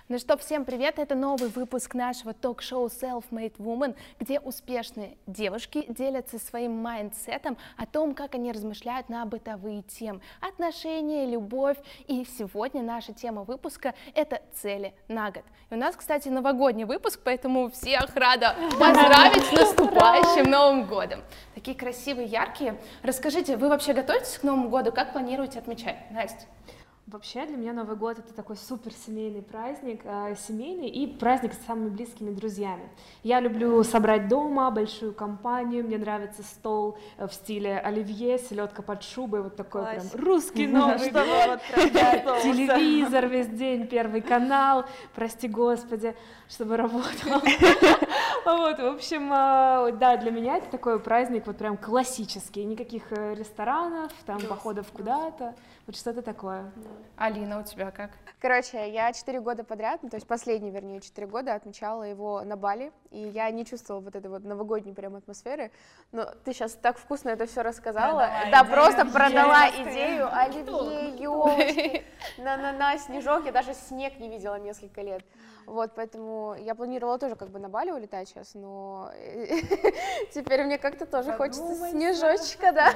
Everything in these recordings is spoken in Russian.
Ну что, всем привет! Это новый выпуск нашего ток-шоу Self-Made Woman, где успешные девушки делятся своим майндсетом о том, как они размышляют на бытовые темы, отношения, любовь. И сегодня наша тема выпуска — это цели на год. И у нас, кстати, новогодний выпуск, поэтому всех рада поздравить с наступающим Новым годом. Такие красивые, яркие. Расскажите, вы вообще готовитесь к Новому году? Как планируете отмечать? Настя? Вообще для меня Новый год — это такой супер семейный праздник, семейный и праздник с самыми близкими друзьями. Я люблю собрать дома большую компанию, мне нравится стол в стиле оливье, селедка под шубой, вот такой прям русский Новый год, телевизор весь день, Первый канал, прости господи, чтобы работал. Вот, в общем, да, для меня это такой праздник вот прям классический, никаких ресторанов, там походов куда-то, вот что-то такое. Алина, у тебя как? Короче, я 4 года подряд, то есть последние, вернее, 4 года отмечала его на Бали, и я не чувствовала вот этой вот новогодней прям атмосферы, но ты сейчас так вкусно это все рассказала, да, просто продала идею, оливье, елочки, на снежок, я даже снег не видела несколько лет, вот, поэтому я планировала тоже как бы на Бали улетать сейчас, но теперь мне как-то тоже хочется снежочка, да.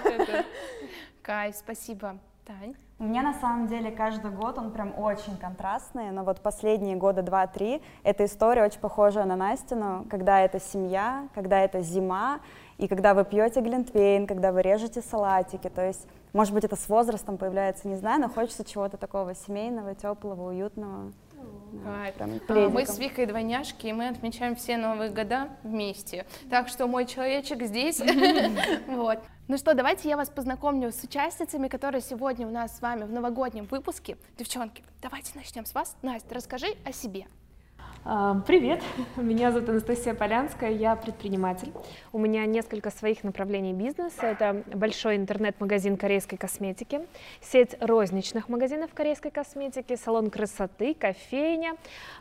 Кайф, спасибо. Тань? У меня на самом деле каждый год он прям очень контрастный, но вот последние года 2-3 эта история очень похожа на Настину, когда это семья, когда это зима, и когда вы пьете глинтвейн, когда вы режете салатики, то есть, может быть, это с возрастом появляется, не знаю, но хочется чего-то такого семейного, теплого, уютного. Да, мы с Викой двойняшки, и мы отмечаем все Новые года вместе. Так что мой человечек здесь. Вот. Ну что, давайте я вас познакомлю с участницами, которые сегодня у нас с вами в новогоднем выпуске. Девчонки, давайте начнем с вас. Настя, расскажи о себе. Привет, меня зовут Анастасия Полянская, я предприниматель. У меня несколько своих направлений бизнеса. Это большой интернет-магазин корейской косметики, сеть розничных магазинов корейской косметики, салон красоты, кофейня.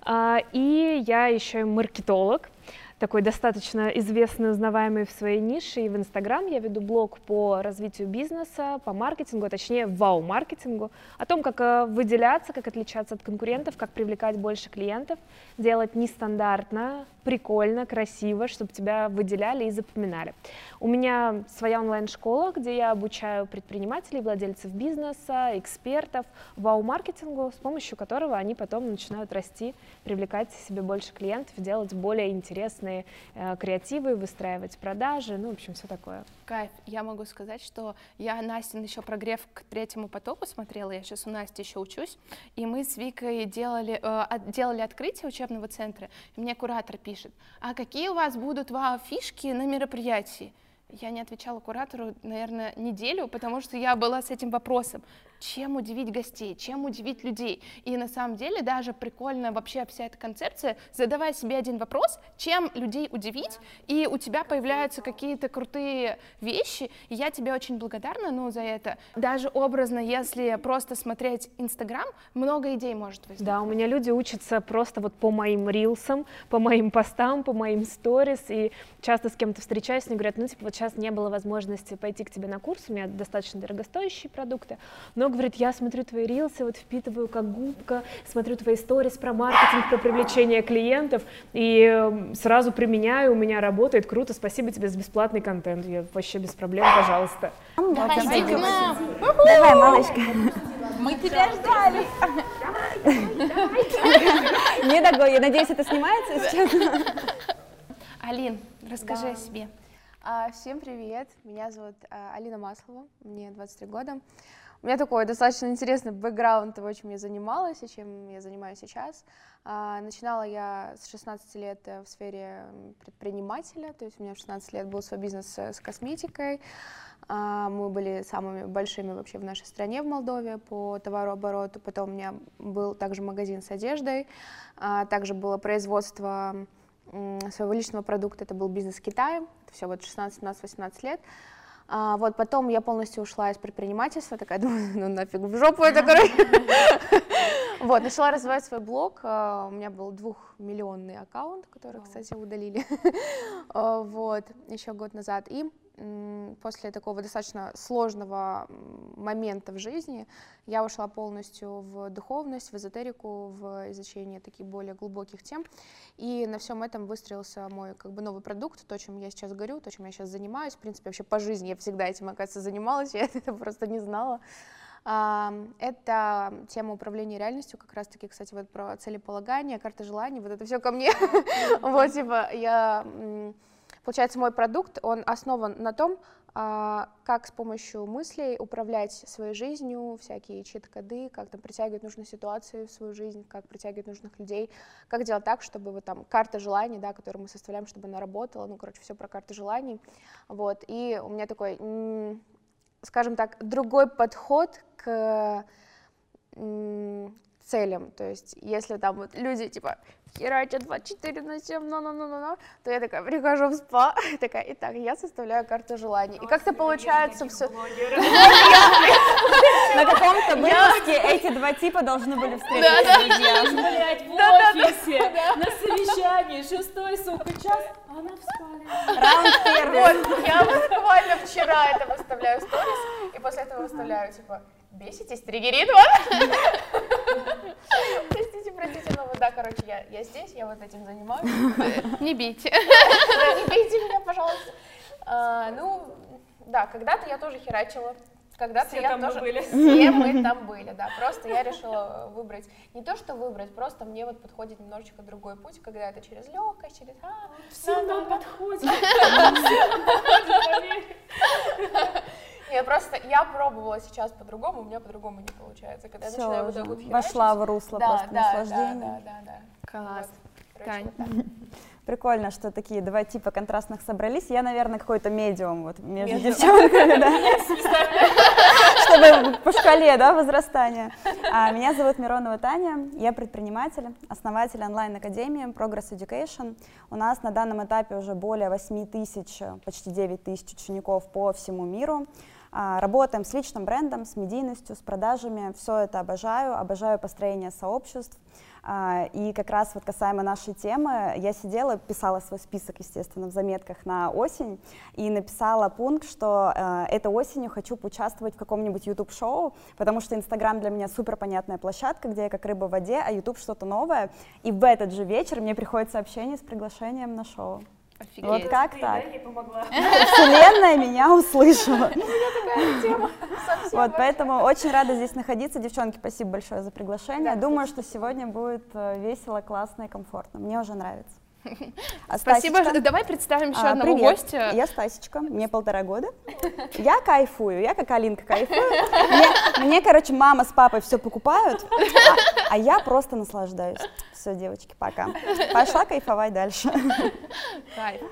И я еще и маркетолог, такой достаточно известный, узнаваемый в своей нише. И в Инстаграм я веду блог по развитию бизнеса, по маркетингу, а точнее вау-маркетингу, о том, как выделяться, как отличаться от конкурентов, как привлекать больше клиентов, делать нестандартно, прикольно, красиво, чтобы тебя выделяли и запоминали. У меня своя онлайн-школа, где я обучаю предпринимателей, владельцев бизнеса, экспертов вау-маркетингу, с помощью которого они потом начинают расти, привлекать себе больше клиентов, делать более интересные креативы, выстраивать продажи, ну, в общем, все такое. Кайф. Я могу сказать, что я Настин еще прогрев к третьему потоку смотрела, я сейчас у Насти еще учусь, и мы с Викой делали открытие учебного центра, и мне куратор пишет: а какие у вас будут фишки на мероприятии? Я не отвечала куратору, наверное, неделю, потому что я была с этим вопросом, чем удивить гостей, чем удивить людей. И на самом деле даже прикольно вообще вся эта концепция, задавай себе один вопрос, чем людей удивить, и у тебя появляются какие-то крутые вещи, и я тебе очень благодарна, за это. Даже образно, если просто смотреть Инстаграм, много идей может возникнуть. Да, у меня люди учатся просто вот по моим рилсам, по моим постам, по моим сторис, и часто с кем-то встречаюсь, они говорят, вот сейчас не было возможности пойти к тебе на курс, у меня достаточно дорогостоящие продукты, но, говорит, я смотрю твои рилсы, вот впитываю как губка, смотрю твои сторис про маркетинг, про привлечение клиентов, и сразу применяю, у меня работает, круто, спасибо тебе за бесплатный контент, я вообще без проблем, пожалуйста. Давай, давай, малышка. Мы тебя ждали. Недорогой, я надеюсь, это снимается сейчас? Алин, расскажи о себе. Всем привет, меня зовут Алина Маслова, мне 23 года. У меня такой достаточно интересный бэкграунд того, чем я занималась и чем я занимаюсь сейчас. Начинала я с 16 лет в сфере предпринимателя, то есть у меня в 16 лет был свой бизнес с косметикой. Мы были самыми большими вообще в нашей стране, в Молдове, по товарообороту. Потом у меня был также магазин с одеждой, также было производство своего личного продукта, это был бизнес в Китае, это все вот 16, 17, 18 лет. Вот потом я полностью ушла из предпринимательства, такая, думаю, ну нафиг в жопу это, короче. Вот, начала развивать свой блог, у меня был 2-миллионный аккаунт, который, кстати, удалили, вот, еще год назад. И после такого достаточно сложного момента в жизни я ушла полностью в духовность, в эзотерику, в изучение таких более глубоких тем, и на всем этом выстроился мой как бы новый продукт, то, чем я сейчас говорю, то, чем я сейчас занимаюсь, в принципе, вообще по жизни я всегда этим, оказывается, занималась, я это просто не знала. Это тема управления реальностью, как раз-таки, кстати, вот про целеполагание, карты желаний, вот это все ко мне. Вот, типа, получается, мой продукт, он основан на том, как с помощью мыслей управлять своей жизнью, всякие чит-коды, как там притягивать нужные ситуации в свою жизнь, как притягивать нужных людей, как делать так, чтобы вот там карта желаний, да, которую мы составляем, чтобы она работала, ну, короче, все про карты желаний, вот, и у меня такой, скажем так, другой подход к целям, то есть если там вот люди типа херачат 24/7, то я такая прихожу в спа, такая, итак, я составляю карту желаний, и как-то получается все. На каком-то выпуске эти два типа должны были встретиться, друзья. Блять, в офисе, на совещании, 6-й, сука, час, а она в спальне. Раунд первый. Вот, я буквально вчера это выставляю сторис, и после этого выставляю, типа, беситесь, триггерит вас. Простите, но вот да, короче, я здесь, я вот этим занимаюсь. Не бейте. Не бейте меня, пожалуйста. Ну, да, когда-то я тоже херачила. Когда-то я тоже... Все мы там были, да. Просто я решила выбрать, не то что выбрать, просто мне вот подходит немножечко другой путь, когда это через легкость, через... Всем нам подходит. Я пробовала сейчас по-другому, у меня по-другому не получается. Когда я начинаю вот так вот херачить, вошла в русло просто наслаждения. Да. Класс. Вот, Тань. вот так. Прикольно, что такие два типа контрастных собрались. Я, наверное, какой-то медиум вот между девчонками, да, чтобы по шкале, да, возрастания. Меня зовут Миронова Таня, я предприниматель, основатель онлайн-академии Progress Education. У нас на данном этапе уже более 8 тысяч, почти 9 тысяч учеников по всему миру. Работаем с личным брендом, с медийностью, с продажами. Все это обожаю построение сообществ. И как раз вот касаемо нашей темы, я сидела, писала свой список, естественно, в заметках на осень, и написала пункт, что этой осенью хочу поучаствовать в каком-нибудь YouTube-шоу, потому что Инстаграм для меня супер понятная площадка, где я как рыба в воде, а YouTube что-то новое. И в этот же вечер мне приходит сообщение с приглашением на шоу. Офигеть. Вот как так? Ей помогла. Вселенная меня услышала. Такая тема совсем. Вот, поэтому очень рада здесь находиться. Девчонки, спасибо большое за приглашение. Думаю, что сегодня будет весело, классно и комфортно. Мне уже нравится. Спасибо. Стасечка. Давай представим еще одного Привет. гостя. Я Стасечка, мне 1,5 года. Я кайфую, я как Алинка кайфую. Мне, короче, мама с папой все покупают, а я просто наслаждаюсь. Все, девочки, пока. Пошла кайфовать дальше. Кайф.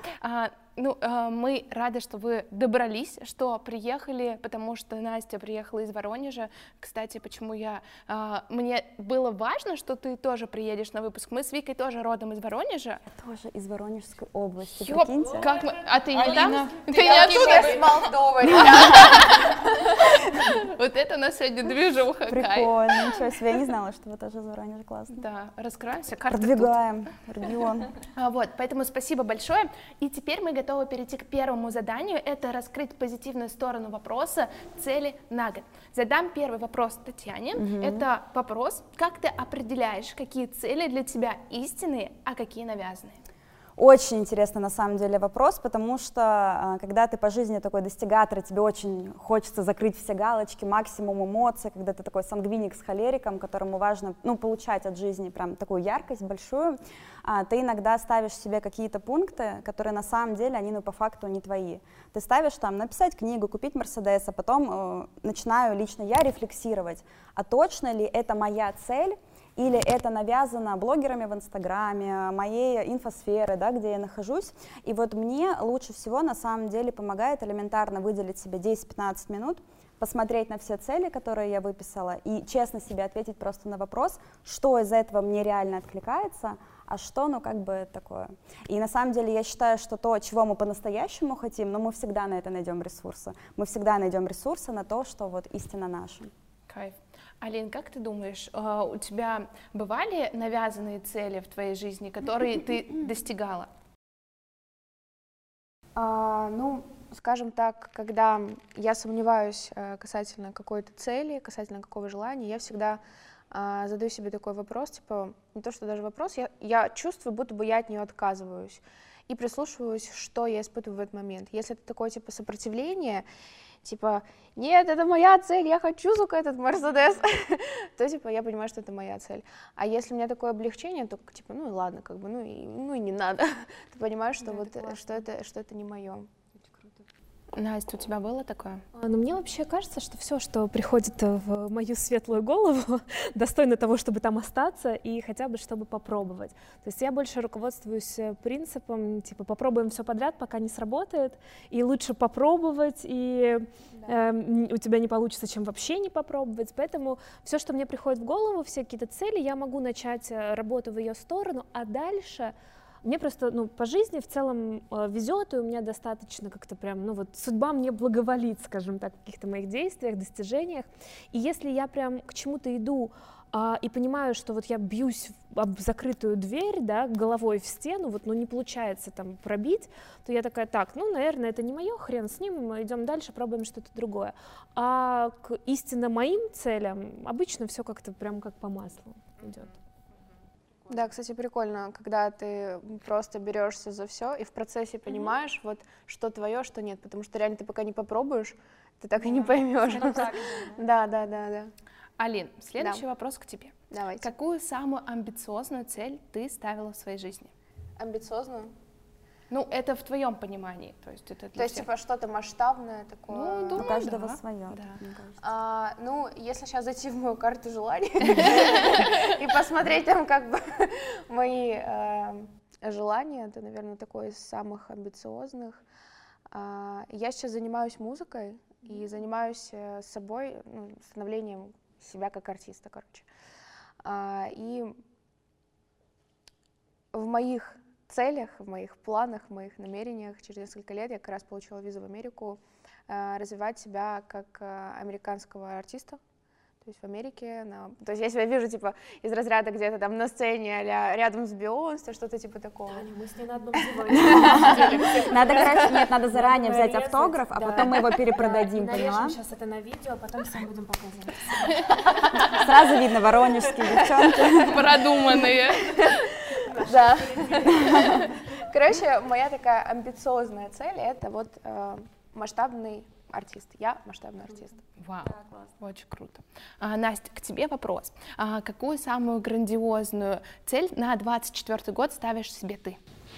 Мы рады, что вы добрались, что приехали, потому что Настя приехала из Воронежа. Кстати, почему мне было важно, что ты тоже приедешь на выпуск. Мы с Викой тоже родом из Воронежа. Я тоже из Воронежской области, Ёп, прикиньте. А ты не там? Ты Ты не оттуда? с Молдовы, ребята. Вот это у нас сегодня движуха. Кайф. Прикольно, ничего себе, я не знала, что вы тоже из Воронежа, классно. Да, раскроемся. Карта тут. Продвигаем регион. Вот, поэтому спасибо большое. И теперь мы готовы перейти к первому заданию. Это раскрыть позитивную сторону вопроса цели на год. Задам первый вопрос Татьяне. Это вопрос, как ты определяешь, какие цели для тебя истинные, а какие навязанные? Очень интересный на самом деле вопрос, потому что когда ты по жизни такой достигатор, и тебе очень хочется закрыть все галочки, максимум эмоций, когда ты такой сангвиник с холериком, которому важно получать от жизни прям такую яркость большую, ты иногда ставишь себе какие-то пункты, которые на самом деле, они по факту не твои. Ты ставишь там написать книгу, купить Мерседес, а потом начинаю лично я рефлексировать, а точно ли это моя цель, или это навязано блогерами в Инстаграме, моей инфосферы, да, где я нахожусь. И вот мне лучше всего на самом деле помогает элементарно выделить себе 10-15 минут, посмотреть на все цели, которые я выписала, и честно себе ответить просто на вопрос, что из этого мне реально откликается, а что, такое. И на самом деле я считаю, что то, чего мы по-настоящему хотим, мы всегда на это найдем ресурсы. Мы всегда найдем ресурсы на то, что вот истинно наше. Кайф. Алин, как ты думаешь, у тебя бывали навязанные цели в твоей жизни, которые ты достигала? скажем так, когда я сомневаюсь касательно какой-то цели, касательно какого желания, я всегда задаю себе такой вопрос, типа, не то, что даже вопрос, я чувствую, будто бы я от нее отказываюсь, и прислушиваюсь, что я испытываю в этот момент. Если это такое, типа, сопротивление, типа, нет, это моя цель, я хочу, сука, этот Мерседес, то, типа, я понимаю, что это моя цель. А если у меня такое облегчение, то, типа, ну, ладно, как бы, ну и не надо. Ты понимаешь, что, вот, что это не мое. Настя, у тебя было такое? Ну, мне вообще кажется, что все, что приходит в мою светлую голову, достойно того, чтобы там остаться и хотя бы чтобы попробовать. То есть я больше руководствуюсь принципом, типа, попробуем все подряд, пока не сработает, и лучше попробовать, и у тебя не получится, чем вообще не попробовать. Поэтому все, что мне приходит в голову, все какие-то цели, я могу начать работу в ее сторону, а дальше... Мне просто, ну, по жизни в целом везет, и у меня достаточно как-то прям, ну, вот судьба мне благоволит, скажем так, в каких-то моих действиях, достижениях. И если я прям к чему-то иду и понимаю, что вот я бьюсь об закрытую дверь, да, головой в стену, вот, ну, не получается там пробить, то я такая, так, ну, наверное, это не мое, хрен с ним, мы идем дальше, пробуем что-то другое. А к истинно моим целям обычно все как-то прям как по маслу идет. Да, кстати, прикольно, когда ты просто берешься за все и в процессе понимаешь, вот что твое, что нет, потому что реально ты пока не попробуешь, ты так и не поймешь. Да. Алин, следующий вопрос к тебе. Давайте. Какую самую амбициозную цель ты ставила в своей жизни? Амбициозную? Ну, это в твоем понимании, то есть это для То есть, всех. типа, что-то масштабное такое? Ну, думаю, У каждого да. свое. Да. Ну, если сейчас зайти в мою карту желаний и посмотреть там как бы мои желания, это, наверное, такое из самых амбициозных. Я сейчас занимаюсь музыкой и занимаюсь собой, ну, становлением себя как артиста, короче. И в моих целях, в моих планах, в моих намерениях через несколько лет я как раз получила визу в Америку, развивать себя как американского артиста, то есть в Америке, то есть я себя вижу типа из разряда где-то там на сцене а-ля рядом с Бейонсе, что-то типа такого. Таня, мы с ней на одном диване. Надо заранее взять автограф, а потом мы его перепродадим, поняла? Нарежем сейчас это на видео, а потом всем будем показывать. Сразу видно воронежские девчонки. Продуманные. Да. Короче, моя такая амбициозная цель — это вот масштабный артист. Я масштабный артист. Вау, очень круто. Настя, к тебе вопрос. Какую самую грандиозную цель на 2024 год ставишь себе ты?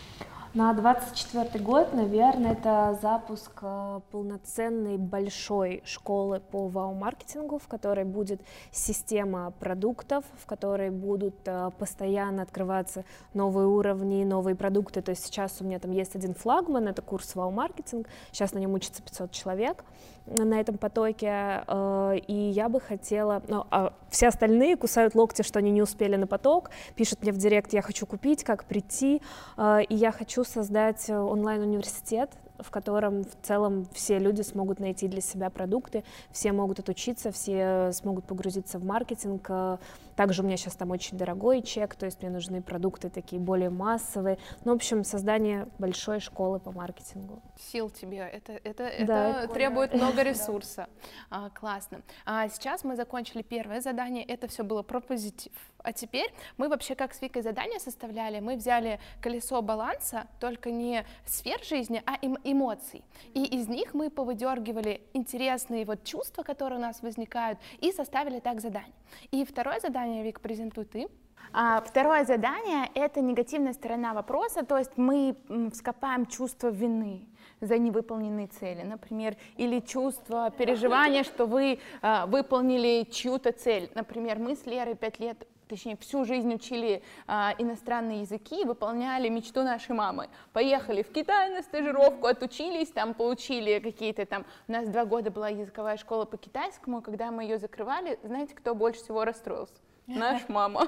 На 2024 год, наверное, это запуск полноценной большой школы по вау-маркетингу, в которой будет система продуктов, в которой будут постоянно открываться новые уровни, новые продукты. То есть сейчас у меня там есть один флагман, это курс вау-маркетинг, сейчас на нем учится 500 человек на этом потоке, и я бы хотела, все остальные кусают локти, что они не успели на поток, пишут мне в директ, я хочу купить, как прийти, и я хочу создать онлайн-университет, в котором в целом все люди смогут найти для себя продукты, все могут отучиться, все смогут погрузиться в маркетинг. Также у меня сейчас там очень дорогой чек, то есть мне нужны продукты такие более массовые. Ну, в общем, создание большой школы по маркетингу. Сил тебе, это требует много ресурса. Классно. Сейчас мы закончили первое задание, это все было про позитив. А теперь мы вообще как с Викой задание составляли, мы взяли колесо баланса, только не сфер жизни, а эмоций. И из них мы повыдергивали интересные вот чувства, которые у нас возникают, и составили так задание. И второе задание, Вик, презентуй ты. Второе задание — это негативная сторона вопроса, то есть мы вскопаем чувство вины за невыполненные цели, например, или чувство переживания, что вы выполнили чью-то цель. Например, мы с Лерой 5 лет, точнее, всю жизнь учили иностранные языки и выполняли мечту нашей мамы. Поехали в Китай на стажировку, отучились, там получили какие-то там... У нас 2 года была языковая школа по китайскому, когда мы ее закрывали, знаете, кто больше всего расстроился? Наша мама.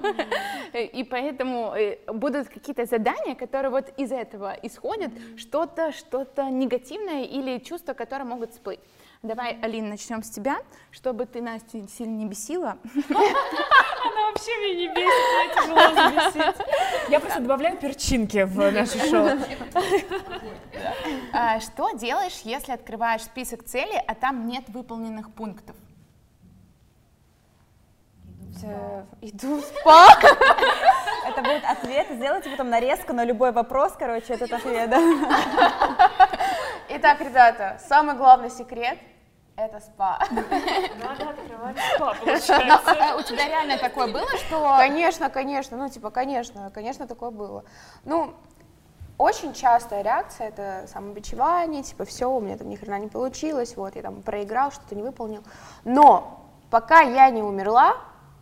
И поэтому будут какие-то задания, которые вот из этого исходят, что-то негативное или чувства, которые могут всплыть. Давай, Алин, начнем с тебя, чтобы ты Настю сильно не бесила. Она вообще меня не бесит, мне тяжело забесить. Я просто добавляю перчинки в наше шоу. Что делаешь, если открываешь список целей, а там нет выполненных пунктов? Иду в спа. Это будет ответ, сделайте потом нарезку на любой вопрос, короче, этот ответ, да? Итак, ребята, самый главный секрет — это спа. Надо открывать спа, получается. У тебя реально такое было, что... Конечно, ну, типа, конечно, такое было. Ну, очень частая реакция — это самобичевание, типа, все, у меня там ни хрена не получилось, вот, я там проиграл, что-то не выполнил. Но пока я не умерла,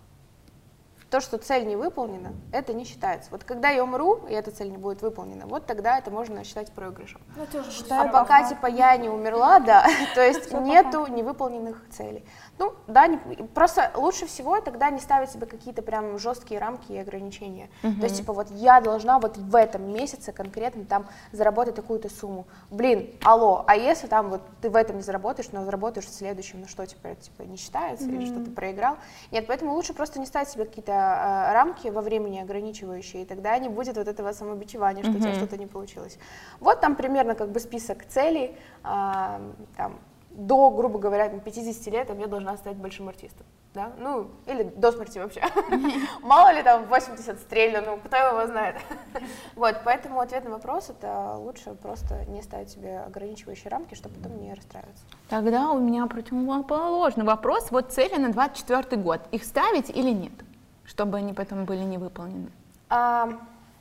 то, что цель не выполнена, это не считается. Вот когда я умру, и эта цель не будет выполнена, вот тогда это можно считать проигрышем. А пока, типа, я не умерла, да, то есть нету невыполненных целей. Ну, да, просто лучше всего тогда не ставить себе какие-то прям жесткие рамки и ограничения. То есть, типа, вот я должна вот в этом месяце конкретно там заработать такую-то сумму. Блин, алло, а если там вот ты в этом не заработаешь, но заработаешь в следующем, ну что, типа, это типа не считается или что ты проиграл? Нет, поэтому лучше просто не ставить себе какие-то рамки во времени ограничивающие, и тогда не будет вот этого самобичевания, что у тебя что-то не получилось. Вот там примерно как бы список целей, там, до, грубо говоря, 50 лет я должна стать большим артистом, да, ну, или до смерти вообще. Мало ли там 80 стрельну, ну, кто его знает. Вот, поэтому ответ на вопрос — это лучше просто не ставить себе ограничивающие рамки, чтобы потом не расстраиваться. Тогда у меня противоположный вопрос. Вот цели на 24-й год. Их ставить или нет? Чтобы они потом были не выполнены? Я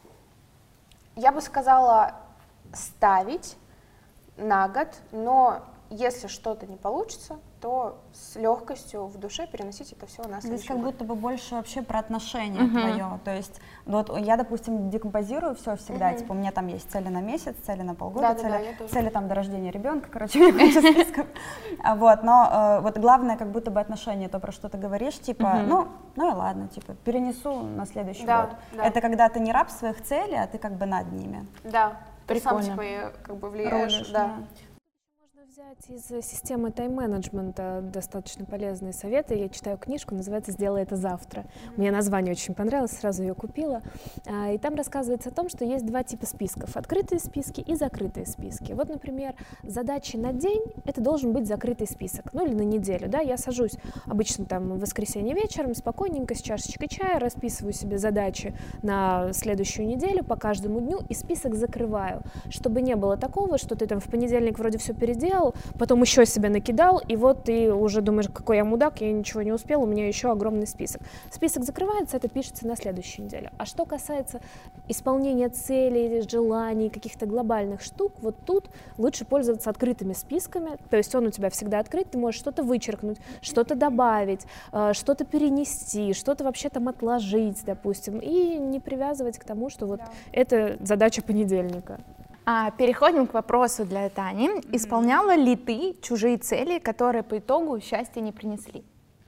бы сказала ставить на год, но если что-то не получится, то с легкостью в душе переносить это все на следующий Здесь как год. будто бы больше вообще про отношение твое. То есть вот я, допустим, декомпозирую все всегда. Типа у меня там есть цели на месяц, цели на полгода, цели там до рождения ребенка, короче, у меня куча списков. Вот, но вот главное как будто бы отношение, то, про что ты говоришь, типа, ну и ладно, типа, перенесу на следующий год. Это когда ты не раб своих целей, а ты как бы над ними. Да, прикольно. ты сам, типа, как бы влияешь, да. Взять из системы тайм-менеджмента достаточно полезные советы. Я читаю книжку, называется «Сделай это завтра». Мне название очень понравилось, сразу ее купила. И там рассказывается о том, что есть два типа списков: открытые списки и закрытые списки. Вот, например, задачи на день — это должен быть закрытый список, ну или на неделю. Да? Я сажусь обычно там в воскресенье вечером, спокойненько, с чашечкой чая, расписываю себе задачи на следующую неделю по каждому дню и список закрываю, чтобы не было такого, что ты там в понедельник вроде все переделал, потом еще себя накидал, и вот ты уже думаешь, какой я мудак, я ничего не успел, у меня еще огромный список. Список закрывается, это пишется на следующую неделю. А что касается исполнения целей, желаний, каких-то глобальных штук, вот тут лучше пользоваться открытыми списками, то есть он у тебя всегда открыт, ты можешь что-то вычеркнуть, что-то добавить, что-то перенести, что-то вообще там отложить, допустим, и не привязывать к тому, что вот это задача понедельника. Переходим к вопросу для Тани. Исполняла ли ты чужие цели, которые по итогу счастья не принесли?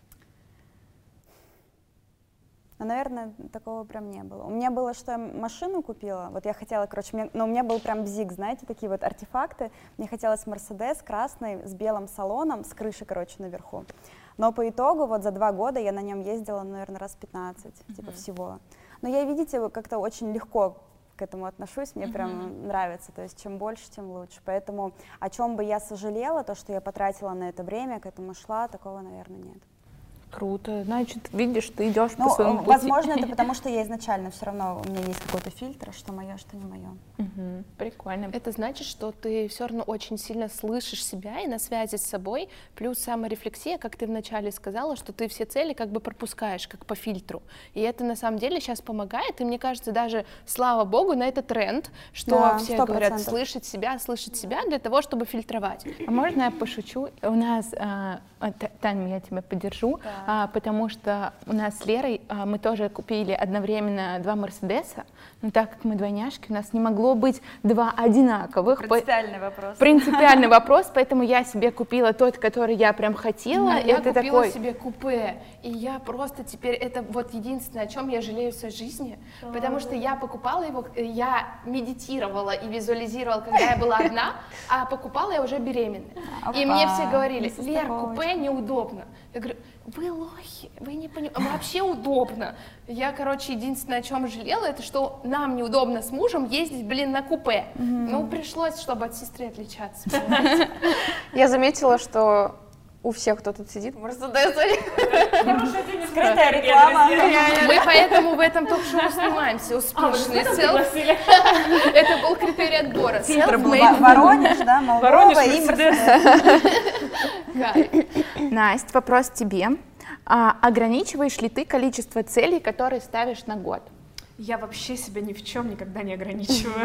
Ну, наверное, такого прям не было. У меня было, что я машину купила, вот я хотела, короче, но у меня был прям бзик, знаете, такие вот артефакты. Мне хотелось Мерседес красный с белым салоном, с крышей, короче, наверху. Но по итогу вот за 2 года я на нем ездила, наверное, раз 15, типа всего. Но я, видите, как-то очень легко к этому отношусь, мне прям нравится, то есть чем больше, тем лучше. Поэтому о чем бы я сожалела, то, что я потратила на это время, к этому шла, такого, наверное, нет. Круто, значит, видишь, ты идешь по Ну, своему пути. возможно, это потому, что я изначально все равно, у меня есть какой-то фильтр, что мое, что не мое. Прикольно. Это значит, что ты все равно очень сильно слышишь себя и на связи с собой, плюс саморефлексия, как ты вначале сказала, что ты все цели как бы пропускаешь, как по фильтру. И это на самом деле сейчас помогает, и мне кажется, даже, слава богу, на это тренд, что Да, все 100%. говорят слышать себя для того, чтобы фильтровать. А можно я пошучу? У нас, Таня, я тебя поддержу, потому что у нас с Лерой мы тоже купили одновременно 2 Мерседеса, но так как мы двойняшки, у нас не могло быть 2 одинаковых. Принципиальный вопрос. Принципиальный вопрос, поэтому я себе купила тот, который я прям хотела. Я это купила такой... себе купе, и я просто теперь, это вот единственное, о чем я жалею в своей жизни, потому что я покупала его, я медитировала и визуализировала, когда я была одна, а покупала я уже беременная. И мне все говорили: Лер, купе неудобно. Я говорю: вы лохи, вы не понимаете, вообще удобно. Я, короче, единственное, о чем жалела, это что нам неудобно с мужем ездить, блин, на купе. Ну, пришлось, чтобы от сестры отличаться. Я заметила, что у всех, кто тут сидит, Мерседес. Скрытая реклама. Мы поэтому в этом ток-шоу снимаемся, успешный селфи. Это был критерий отбора. Фильтр был Воронеж, да, Молдова и Мерседес. Настя, вопрос тебе. Ограничиваешь ли ты количество целей, которые ставишь на год? Я вообще себя ни в чем никогда не ограничиваю.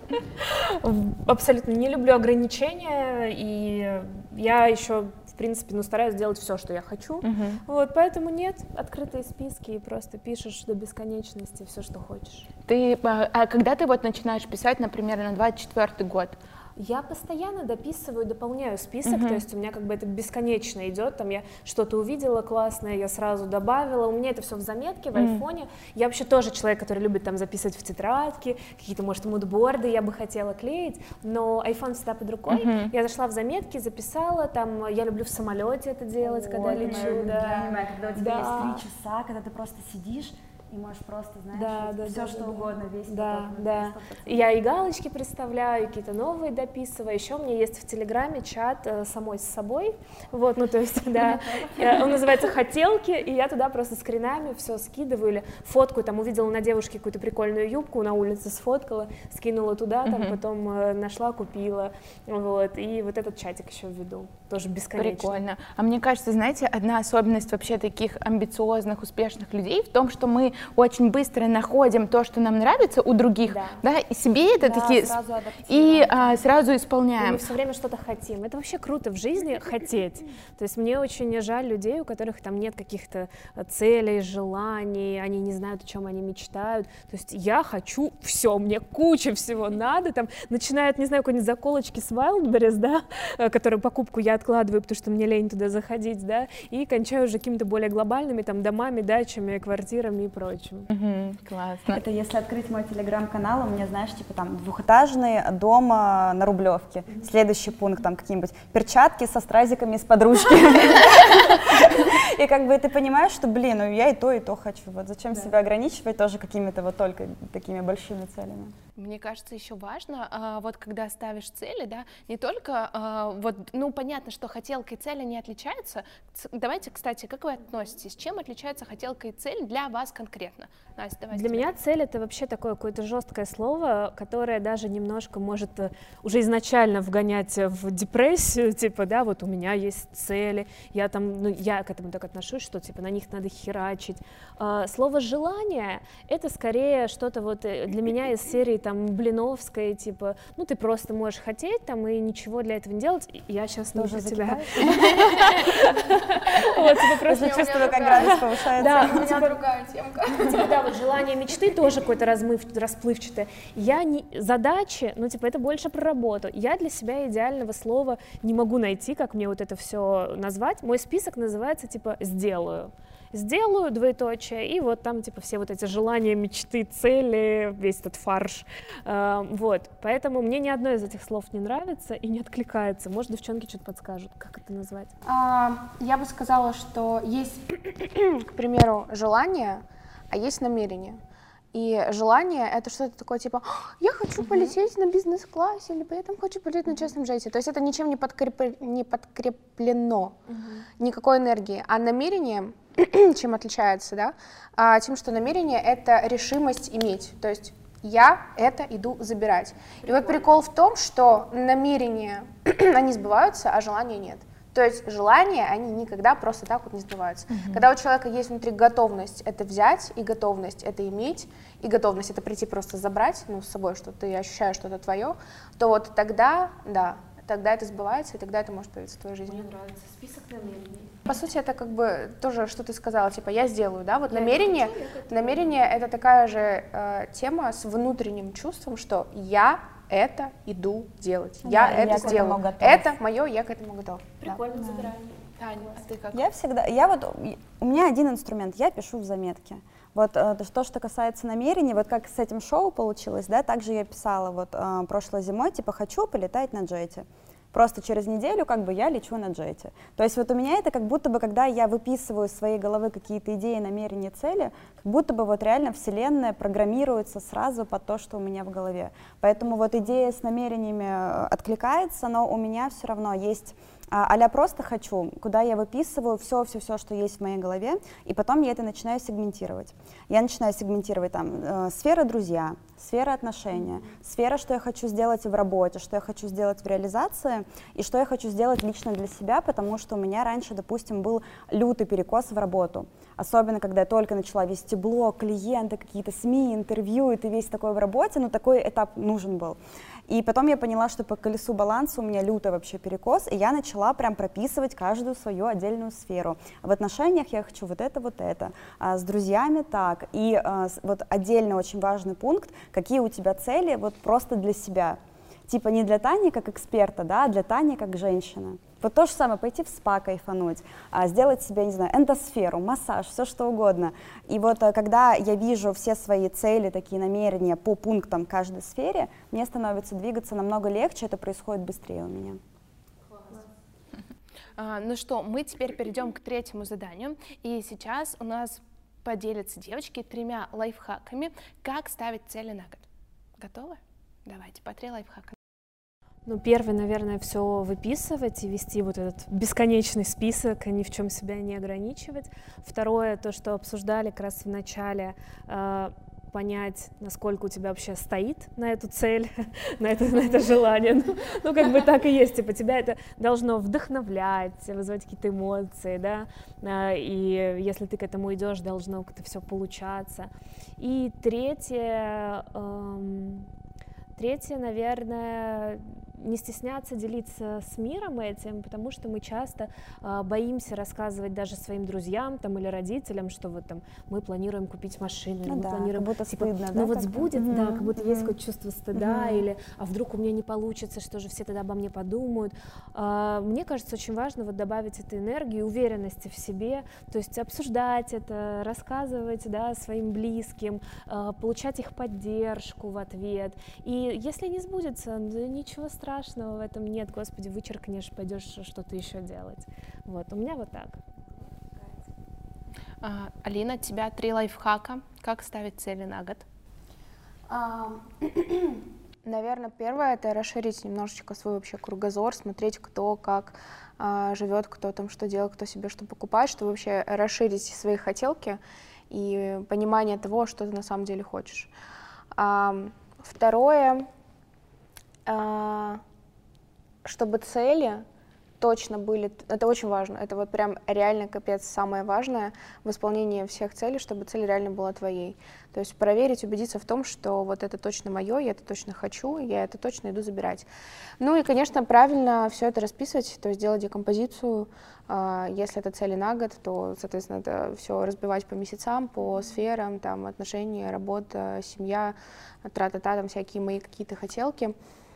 Абсолютно не люблю ограничения, и я еще, в принципе, ну, стараюсь делать все, что я хочу. Вот, поэтому нет, открытые списки, и просто пишешь до бесконечности все, что хочешь. А когда ты вот начинаешь писать, например, на 24-й год? Я постоянно дописываю, дополняю список, то есть у меня как бы это бесконечно идет, там я что-то увидела классное, я сразу добавила, у меня это все в заметке, в айфоне. Я вообще тоже человек, который любит там записывать в тетрадки, какие-то, может, мудборды я бы хотела клеить, но айфон всегда под рукой. Я зашла в заметки, записала, там я люблю в самолете это делать, когда лечу. Я понимаю, когда у тебя есть 3 часа, когда ты просто сидишь, и можешь просто, знаешь, все что угодно, весь Да. Я и галочки представляю, какие-то новые дописываю. Еще у меня есть в Телеграме чат самой с собой. Вот, ну то есть, да, он называется «Хотелки», и я туда просто скринами все скидываю или фоткаю, там увидела на девушке какую-то прикольную юбку, на улице сфоткала, скинула туда, там потом нашла, купила. Вот, и вот этот чатик еще введу, тоже бесконечно. Прикольно. А мне кажется, знаете, одна особенность вообще таких амбициозных, успешных людей в том, что мы очень быстро находим то, что нам нравится у других, да, и себе это такие сразу и сразу И исполняем. мы все время что-то хотим. Это вообще круто в жизни хотеть. То есть мне очень жаль людей, у которых там нет каких-то целей, желаний, они не знают, о чем они мечтают. То есть я хочу все, мне куча всего надо. Там начинают, не знаю, какой-нибудь заколочки с Wildberries, да, которую покупку я откладываю, потому что мне лень туда заходить, да, и кончаю уже какими-то более глобальными там домами, дачами, квартирами и прочим. Классно. Это если открыть мой телеграм-канал, у меня, знаешь, типа там 2-этажный дом на Рублевке. Следующий пункт, там какие-нибудь перчатки со стразиками из подружки. И как бы ты понимаешь, что, блин, ну я и то хочу. Вот зачем себя ограничивать тоже какими-то вот только такими большими целями. Мне кажется, еще важно, вот когда ставишь цели, да, не только, вот, ну, понятно, что хотелка и цель, они отличаются. Давайте, кстати, как вы относитесь, чем отличается хотелка и цель для вас конкретно? Настя, давайте. Для меня цель — это вообще такое какое-то жесткое слово, которое даже немножко может уже изначально вгонять в депрессию, типа, да, вот у меня есть цели, я там, ну, я к этому так отношусь, что, типа, на них надо херачить. Слово «желание» — это скорее что-то вот для меня из серии, там, Блиновской, типа, ну, ты просто можешь хотеть там и ничего для этого не делать. Я сейчас не про тебя. Вот, типа, просто чувствую, как градус повышается. Да, У меня другая темка. типа, да, вот желание мечты тоже какое-то расплывчатое. Задачи, ну, типа, это больше про работу. Я для себя идеального слова не могу найти, как мне вот это все назвать. Мой список называется, типа, «сделаю». Сделаю, двоеточие, и вот там, типа, все вот эти желания, мечты, цели, весь этот фарш. Вот, поэтому мне ни одно из этих слов не нравится и не откликается. Может, девчонки что-то подскажут, как это назвать? Я бы сказала, что есть, к примеру, желание, а есть намерение. И желание — это что-то такое, типа, я хочу полететь на бизнес-классе, или поэтому хочу полететь на частном джете. То есть это ничем не подкреплено, никакой энергии. А намерение, чем отличается, да? Тем, что намерение — это решимость иметь. То есть я это иду забирать. И вот прикол в том, что намерения, они сбываются, а желания нет. То есть желания, они никогда просто так вот не сбываются. Когда у человека есть внутри готовность это взять, и готовность это иметь, и готовность это прийти просто забрать, ну, с собой, что ты ощущаешь, что это твое, то вот тогда, да, тогда это сбывается, и тогда это может появиться в твоей жизни. Мне нравится список намерений. По сути, это как бы тоже, что ты сказала, типа, я сделаю, да, вот намерение это такая же тема с внутренним чувством, что я это иду делать, я это сделаю, это мое, я к этому готов. Прикольно, забираем. Таня, а ты как? У меня один инструмент, я пишу в заметке. Вот то, что касается намерений, вот как с этим шоу получилось, да, также я писала вот прошлой зимой, типа, хочу полетать на джете. Просто через неделю как бы я лечу на джете. То есть вот у меня это как будто бы, когда я выписываю из своей головы какие-то идеи, намерения, цели, как будто бы вот реально вселенная программируется сразу под то, что у меня в голове. Поэтому вот идея с намерениями откликается, но у меня все равно есть а-ля просто хочу, куда я выписываю все, что есть в моей голове, и потом я это начинаю сегментировать. Я начинаю сегментировать там сфера друзья, сфера отношения, сфера, что я хочу сделать в работе, что я хочу сделать в реализации, и что я хочу сделать лично для себя, потому что у меня раньше, допустим, был лютый перекос в работу. Особенно, когда я только начала вести блог, клиенты, какие-то СМИ, интервью, и ты весь такой в работе, ну такой этап нужен был. И потом я поняла, что по колесу баланса у меня лютый вообще перекос, и я начала прям прописывать каждую свою отдельную сферу. В отношениях я хочу вот это, с друзьями так. И вот отдельно очень важный пункт, какие у тебя цели вот просто для себя. Типа не для Тани как эксперта, да, а для Тани как женщины. Вот то же самое, пойти в спа кайфануть, сделать себе, не знаю, эндосферу, массаж, все что угодно. И вот когда я вижу все свои цели, такие намерения по пунктам каждой сфере, мне становится двигаться намного легче, это происходит быстрее у меня. Ну что, мы теперь перейдем к третьему заданию, и сейчас у нас поделятся девочки 3 лайфхаками, как ставить цели на год. Готовы? Давайте, по 3 лайфхака. Ну, первый, наверное, все выписывать и вести вот этот бесконечный список, ни в чем себя не ограничивать. Второе, то, что обсуждали как раз в начале, понять, насколько у тебя вообще стоит на эту цель, на это желание. Ну, как бы так и есть, типа, тебя это должно вдохновлять, вызывать какие-то эмоции, да, и если ты к этому идешь, должно как-то все получаться. И третье, наверное, не стесняться делиться с миром этим, потому что мы часто боимся рассказывать даже своим друзьям там, или родителям, что вот там мы планируем купить машину, ну, мы да, планируем, как будто типа, стыдно, ну да, вот как-то? сбудет, да, как будто есть какое-то чувство стыда, или а вдруг у меня не получится, что же все тогда обо мне подумают. Мне кажется, очень важно вот добавить этой энергии, уверенности в себе, то есть обсуждать это, рассказывать, да, своим близким, получать их поддержку в ответ. И если не сбудется, да ничего страшного в этом нет, Господи, вычеркнешь, пойдешь что-то еще делать. Вот, у меня вот так. Алина, от тебя 3 лайфхака, как ставить цели на год? Наверное, первое — это расширить немножечко свой вообще кругозор, смотреть, кто как живет, кто там что делает, кто себе что покупает, чтобы вообще расширить свои хотелки и понимание того, что ты на самом деле хочешь. Второе, чтобы цели точно были, это очень важно, это вот прям реально капец самое важное в исполнении всех целей, чтобы цель реально была твоей. То есть проверить, убедиться в том, что вот это точно мое, я это точно хочу, я это точно иду забирать. Ну и, конечно, правильно все это расписывать, то есть делать декомпозицию. Если это цели на год, то, соответственно, это все разбивать по месяцам, по сферам, там, отношения, работа, семья, тра-та-та, там всякие мои какие-то хотелки.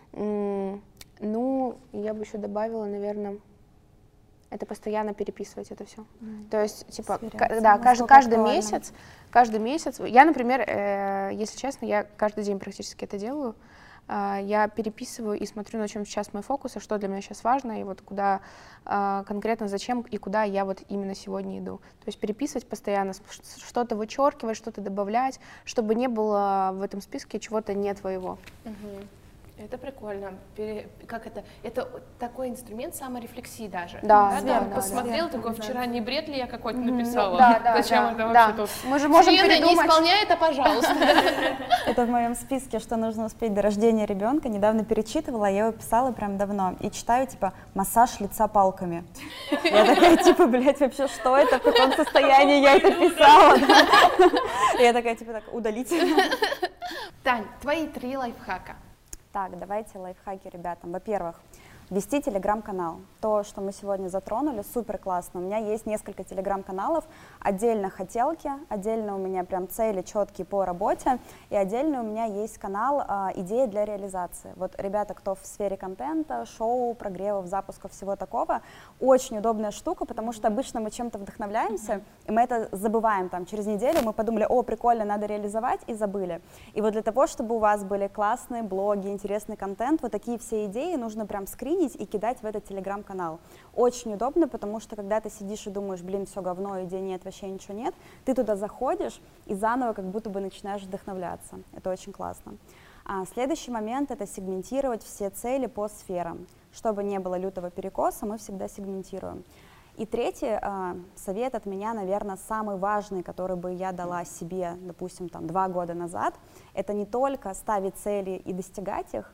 Ну, я бы еще добавила, наверное, это постоянно переписывать это все. То есть, типа, да, каждый месяц, я, например, если честно, я каждый день практически это делаю, я переписываю и смотрю, на чем сейчас мой фокус, и что для меня сейчас важно, и вот куда конкретно, зачем и куда я вот именно сегодня иду. То есть переписывать постоянно, что-то вычеркивать, что-то добавлять, чтобы не было в этом списке чего-то не твоего. Это прикольно. Как это? Это такой инструмент саморефлексии даже. Да, посмотрел, такой, вчера не бред ли я какой-то написала? Зачем это вообще тут? Мы же можем Члены придумать. не исполняй это, пожалуйста. Это в моем списке, что нужно успеть до рождения ребенка. Недавно перечитывала, я его писала прям давно. И читаю, типа, массаж лица палками. Я такая, типа, блядь, вообще что это? В каком состоянии я это писала? Я такая, типа, так, удалить. Тань, твои 3 лайфхака. Так, давайте лайфхаки ребятам. Во-первых, вести телеграм-канал. То, что мы сегодня затронули, супер классно. У меня есть несколько телеграм-каналов, отдельно хотелки, отдельно у меня прям цели четкие по работе, и отдельно у меня есть канал «Идеи для реализации». Вот ребята, кто в сфере контента, шоу, прогревов, запусков, всего такого, очень удобная штука, потому что обычно мы чем-то вдохновляемся, и мы это забываем. Там, через неделю мы подумали, о, прикольно, надо реализовать, и забыли. И вот для того, чтобы у вас были классные блоги, интересный контент, вот такие все идеи нужно прям скринить заскринить и кидать в этот телеграм-канал. Очень удобно, потому что когда ты сидишь и думаешь, блин, все говно, идей нет, вообще ничего нет, ты туда заходишь и заново как будто бы начинаешь вдохновляться. Это очень классно. Следующий момент — это сегментировать все цели по сферам. Чтобы не было лютого перекоса, мы всегда сегментируем. И третий совет от меня, наверное, самый важный, который бы я дала себе, допустим, там, 2 года назад, это не только ставить цели и достигать их,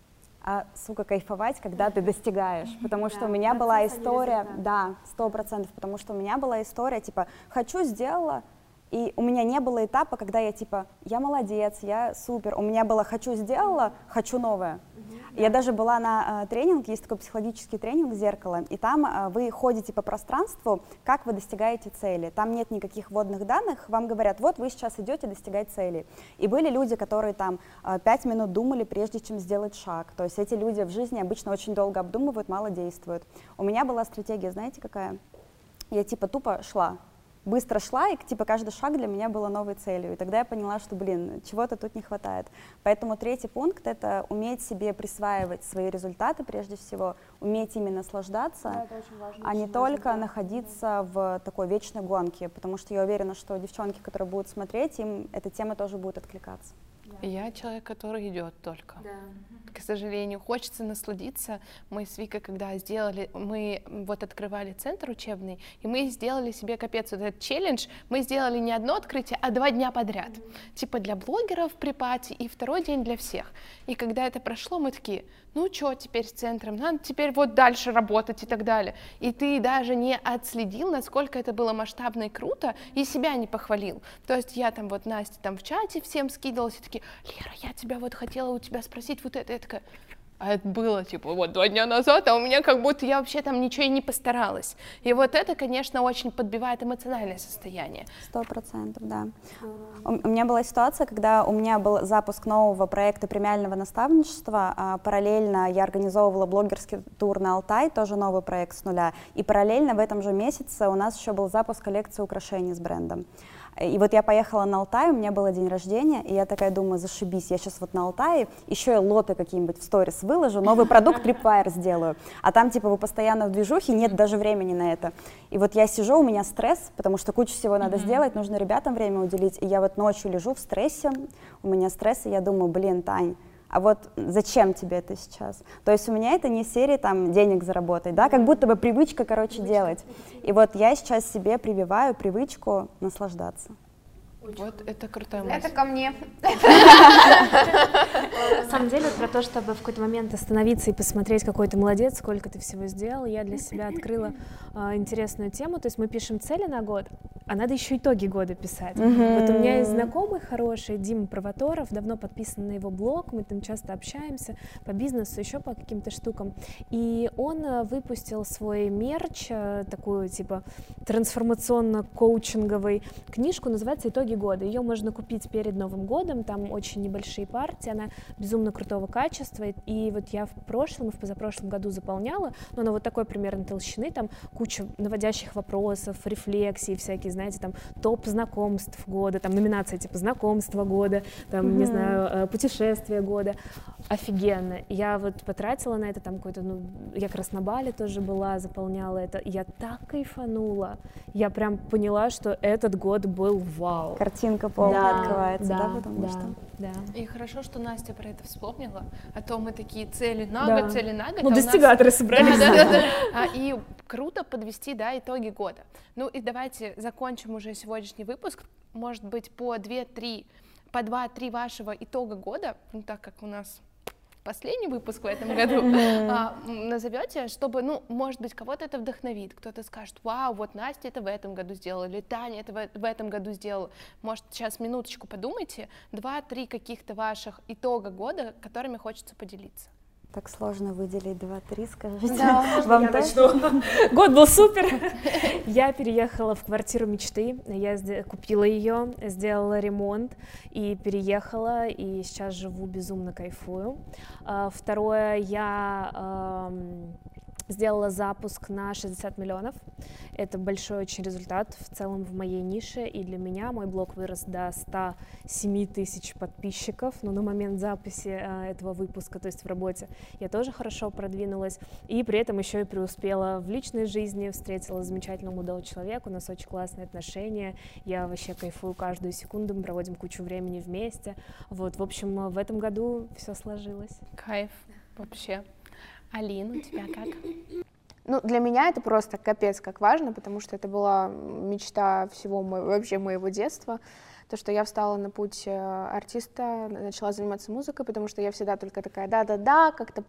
а, сука, кайфовать, когда ты достигаешь. Потому что у меня была история, да, 100%, потому что у меня была история, типа, хочу, сделала, и у меня не было этапа, когда я, типа, я молодец, я супер. У меня было хочу, сделала, хочу новое. Я даже была на тренинге, есть такой психологический тренинг «Зеркало», и там вы ходите по пространству, как вы достигаете цели. Там нет никаких вводных данных, вам говорят, вот вы сейчас идете достигать цели. И были люди, которые там 5 минут думали, прежде чем сделать шаг. То есть эти люди в жизни обычно очень долго обдумывают, мало действуют. У меня была стратегия, знаете, какая? Я типа тупо шла. Быстро шла, и типа каждый шаг для меня был новой целью. И тогда я поняла, что, блин, чего-то тут не хватает. Поэтому третий пункт — это уметь себе присваивать свои результаты, прежде всего, уметь ими наслаждаться, а не только находиться в такой вечной гонке. Потому что я уверена, что девчонки, которые будут смотреть, им эта тема тоже будет откликаться. Я человек, который идет только. К сожалению, хочется насладиться. Мы с Викой, когда сделали, мы вот открывали центр учебный, и мы сделали себе, капец, вот этот челлендж, мы сделали не одно открытие, а 2 дня подряд. Типа для блогеров при пати и второй день для всех. И когда это прошло, мы такие, ну что теперь с центром, надо теперь вот дальше работать и так далее. И ты даже не отследил, насколько это было масштабно и круто, и себя не похвалил. То есть я там вот Насте там в чате всем скидывалась, и такие, Лера, я тебя вот хотела у тебя спросить вот это, я такая, а это было типа вот 2 дня назад, а у меня как будто я вообще там ничего и не постаралась. И вот это, конечно, очень подбивает эмоциональное состояние. 100%, да. У меня была ситуация, когда у меня был запуск нового проекта премиального наставничества, а параллельно я организовывала блогерский тур на Алтай, тоже новый проект с нуля, и параллельно в этом же месяце у нас еще был запуск коллекции украшений с брендом. И вот я поехала на Алтай, у меня был день рождения, и я такая думаю, зашибись, я сейчас вот на Алтае еще и лоты какие-нибудь в сторис выложу, новый продукт Tripwire сделаю, а там типа вы постоянно в движухе, нет даже времени на это. И вот я сижу, у меня стресс, потому что кучу всего надо сделать, нужно ребятам время уделить, и я вот ночью лежу в стрессе, у меня стресс, и я думаю, блин, Тань, а вот зачем тебе это сейчас? То есть у меня это не серия там денег заработать, да, как будто бы привычка, короче, делать. И вот я сейчас себе прививаю привычку наслаждаться. Вот это крутая мысль. Это ко мне. На самом деле, про то, чтобы в какой-то момент остановиться и посмотреть, какой ты молодец, сколько ты всего сделал, я для себя открыла интересную тему. То есть мы пишем цели на год, а надо еще итоги года писать. Вот у меня есть знакомый хороший, Дима Провоторов, давно подписан на его блог, мы там часто общаемся по бизнесу, еще по каким-то штукам. И он выпустил свой мерч, такую типа трансформационно-коучинговую книжку, называется «Итоги года». Ее можно купить перед Новым годом, там очень небольшие партии, она безумно крутого качества. И вот я в прошлом и в позапрошлом году заполняла, но она вот такой примерно толщины, там куча наводящих вопросов, рефлексий всякие, знаете, там топ знакомств года, там номинация типа знакомства года, там, не знаю, путешествие года. Офигенно. Я вот потратила на это там какой-то, ну, я как раз на Бали тоже была, заполняла это, и я так кайфанула. Я прям поняла, что этот год был вау. Картинка полная открывается, да, потому да, что... Да. И хорошо, что Настя про это вспомнила, а то мы такие цели на год, цели на год. Ну, а у нас- достигаторы собрались. Да. И круто подвести, да, итоги года. Ну и давайте закончим уже сегодняшний выпуск. Может быть, по 2-3 вашего итога года, ну так как у нас последний выпуск в этом году, назовете, чтобы, ну, может быть, кого-то это вдохновит, кто-то скажет, вау, вот Настя это в этом году сделала, или Таня это в этом году сделала. Может, сейчас минуточку подумайте, 2-3 каких-то ваших итога года, которыми хочется поделиться. Так сложно выделить 2-3, скажите. Да. Вам тоже? Год был супер. Я переехала в квартиру мечты, я купила ее, сделала ремонт и переехала, и сейчас живу, безумно кайфую. Второе, я сделала запуск на 60 миллионов. Это большой очень результат в целом в моей нише, и для меня мой блог вырос до 107 тысяч подписчиков, но на момент записи этого выпуска, то есть в работе, я тоже хорошо продвинулась, и при этом еще и преуспела в личной жизни, встретила замечательного молодого человека, у нас очень классные отношения, я вообще кайфую каждую секунду, мы проводим кучу времени вместе, вот, в общем, в этом году все сложилось. Кайф вообще. Алин, у тебя как? Ну, для меня это просто капец как важно, потому что это была мечта всего вообще моего детства. То, что я встала на путь артиста, начала заниматься музыкой, потому что я всегда только такая, да-да-да, как-то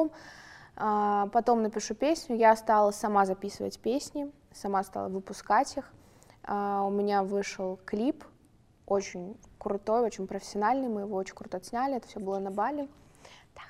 потом напишу песню. Я стала сама записывать песни, сама стала выпускать их. У меня вышел клип, очень крутой, очень профессиональный, мы его очень круто отсняли, это все было на Бали. Да,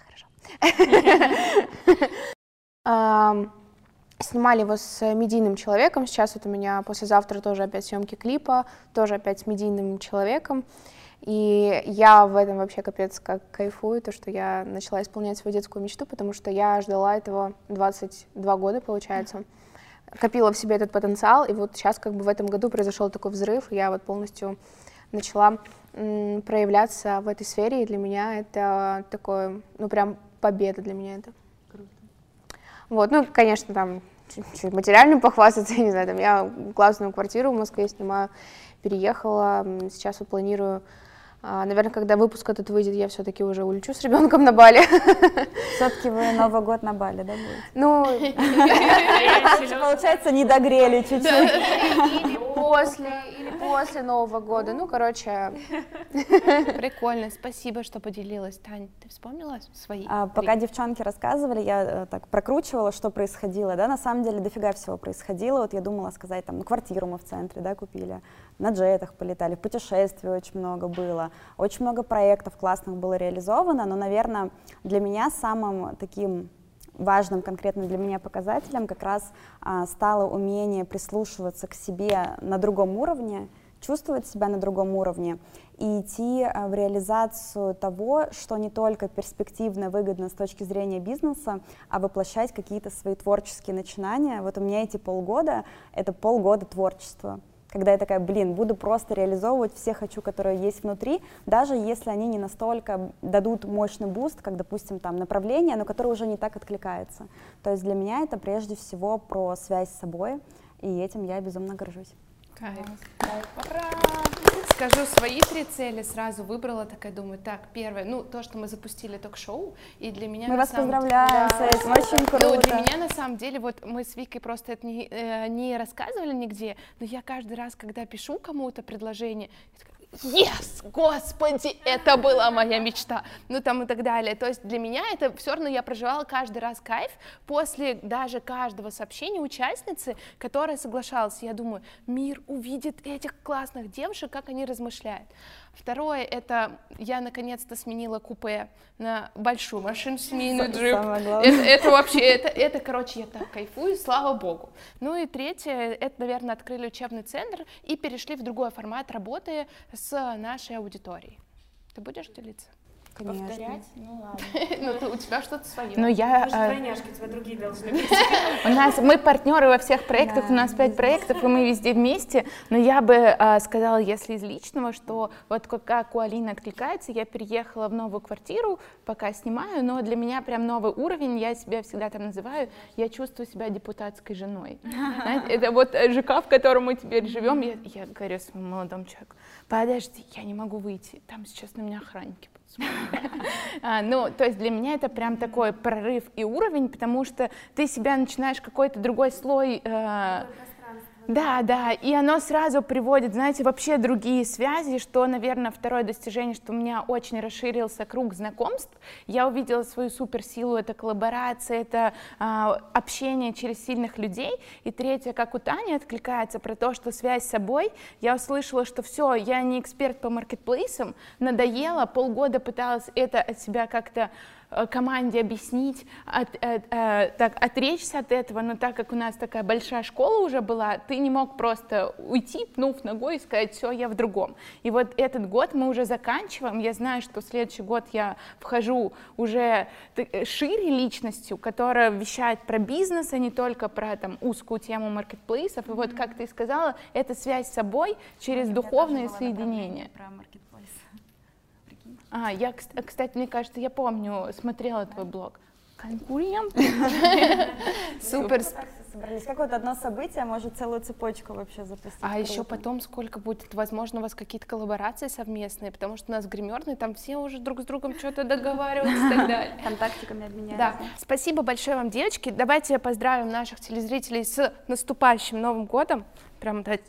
хорошо. Снимали его с медийным человеком, сейчас вот у меня послезавтра тоже опять съемки клипа, тоже опять с медийным человеком, и я в этом вообще капец как кайфую, то, что я начала исполнять свою детскую мечту, потому что я ждала этого 22 года, получается, копила в себе этот потенциал, и вот сейчас как бы в этом году произошел такой взрыв, и я вот полностью начала проявляться в этой сфере, и для меня это такое, ну прям победа для меня это. Вот, ну, конечно, там чуть материальным похвастаться, я не знаю, там я классную квартиру в Москве снимаю, переехала, сейчас вот планирую, наверное, когда выпуск этот выйдет, я все-таки уже улечу с ребенком на Бали. Все-таки вы Новый год на Бали, да, будете? Ну, получается, не догрели чуть-чуть. или после Нового года, ну, короче. Прикольно, спасибо, что поделилась. Тань, ты вспомнила свои? Пока девчонки рассказывали, я так прокручивала, что происходило, да, на самом деле дофига всего происходило, вот я думала сказать, там, ну, квартиру мы в центре, да, купили, на джетах полетали, в путешествии очень много было, очень много проектов классных было реализовано, но, наверное, для меня самым таким важным конкретно для меня показателем как раз стало умение прислушиваться к себе на другом уровне, чувствовать себя на другом уровне и идти в реализацию того, что не только перспективно, выгодно с точки зрения бизнеса, а воплощать какие-то свои творческие начинания. Вот у меня эти полгода — это полгода творчества. Когда я такая, блин, буду просто реализовывать все хочу, которые есть внутри, даже если они не настолько дадут мощный буст, как, допустим, там направление, но которое уже не так откликается. То есть для меня это прежде всего про связь с собой, и этим я безумно горжусь. Кайф. Ура! Скажу свои 3 цели, сразу выбрала, такая думаю, так, первое, ну, то, что мы запустили ток-шоу, и для меня... Мы вас поздравляем с этим, очень круто. Ну, для меня, на самом деле, вот мы с Викой просто это не рассказывали нигде, но я каждый раз, когда пишу кому-то предложение, я такая, yes, господи, это была моя мечта, ну там и так далее. То есть для меня это все равно я проживала каждый раз кайф после даже каждого сообщения участницы, которая соглашалась. Я думаю, мир увидит этих классных девушек, как они размышляют. Второе, это я наконец-то сменила купе на большую машину, семейную джип. Это вообще, это, короче, я так кайфую, слава богу. Ну и третье, это, наверное, открыли учебный центр и перешли в другой формат работы с нашей аудиторией. Ты будешь делиться? Конечно. Повторять? Ну ладно. Ну, у тебя что-то свое. Ну, я... Двойняшки, у тебя другие должны быть. Мы партнеры во всех проектах, у нас 5 проектов, и мы везде вместе, но я бы сказала, если из личного, что вот как у Алины откликается, я переехала в новую квартиру, пока снимаю, но для меня прям новый уровень, я себя всегда там называю, я чувствую себя депутатской женой. Знаете, это вот ЖК, в котором мы теперь живем, я говорю своему молодому человеку, подожди, я не могу выйти, там сейчас на меня охранники будут. Ну, то есть для меня это прям такой прорыв и уровень, потому что ты себя начинаешь какой-то другой слой... Да, и оно сразу приводит, знаете, вообще другие связи, что, наверное, второе достижение, что у меня очень расширился круг знакомств, я увидела свою суперсилу, это коллаборация, это общение через сильных людей, и третье, как у Тани откликается про то, что связь с собой, я услышала, что все, я не эксперт по маркетплейсам, надоело, полгода пыталась это от себя как-то команде объяснить, отречься от этого, но так как у нас такая большая школа уже была, ты не мог просто уйти, пнув ногой и сказать, все, я в другом. И вот этот год мы уже заканчиваем, я знаю, что в следующий год я вхожу уже шире личностью, которая вещает про бизнес, а не только про там узкую тему маркетплейсов. И вот, как ты сказала, это связь с собой через духовное соединение. Я, кстати, мне кажется, я помню, смотрела твой блог. Конкурент. Супер. Собрались. Как вот одно событие может целую цепочку вообще запустить. А еще потом сколько будет, возможно, у вас какие-то коллаборации совместные, потому что у нас гримерные, там все уже друг с другом что-то договариваются и так далее. Контактиками обменяются. Да. Спасибо большое вам, девочки. Давайте поздравим наших телезрителей с наступающим Новым годом. Прям дать.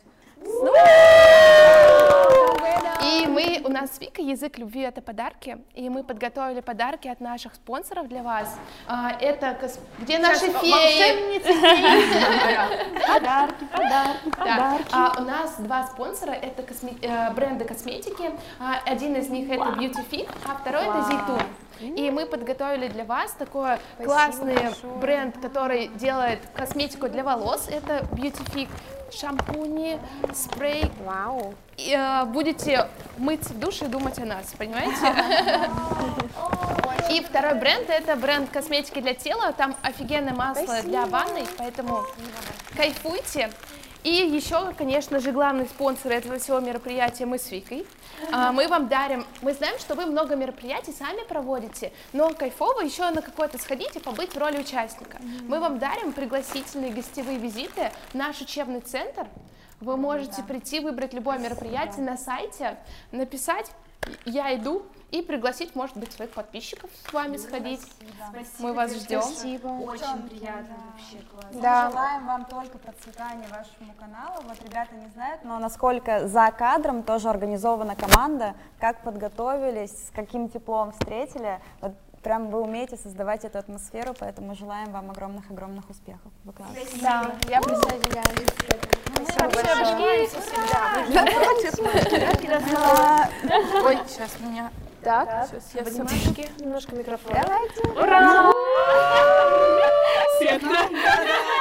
И у нас с Викой «Язык любви» — это подарки, и мы подготовили подарки от наших спонсоров для вас. Это где наши феи? Подарки. У нас два спонсора, это бренды косметики. Один из них это Beauty Fig, а второй это Зейтун. И мы подготовили для вас такой классный бренд, который делает косметику для волос. Это Beauty Fig. Шампуни, спрей. Вау. И, будете мыться в душе и думать о нас, понимаете? И второй бренд — это бренд косметики для тела. Там офигенное масло для ванной, поэтому кайфуйте. И еще, конечно же, главный спонсор этого всего мероприятия мы с Викой. Мы вам дарим, мы знаем, что вы много мероприятий сами проводите, но кайфово еще на какое-то сходить и побыть в роли участника. Мы вам дарим пригласительные гостевые визиты в наш учебный центр. Вы можете прийти, выбрать любое мероприятие на сайте, написать «Я иду» и пригласить, может быть, своих подписчиков с вами сходить. Спасибо. Мы вас ждем. Спасибо. Очень приятно вообще, классно. Да. Желаем вам только процветания вашему каналу. Вот ребята не знают, но насколько за кадром тоже организована команда, как подготовились, с каким теплом встретили. Вот прям вы умеете создавать эту атмосферу, поэтому желаем вам огромных-огромных успехов. Вы классные. Да, я присоединяюсь. Спасибо большое. Ой, сейчас меня... Так, Сейчас я в обнимашки. Немножко микрофон. давайте. Ура! Всех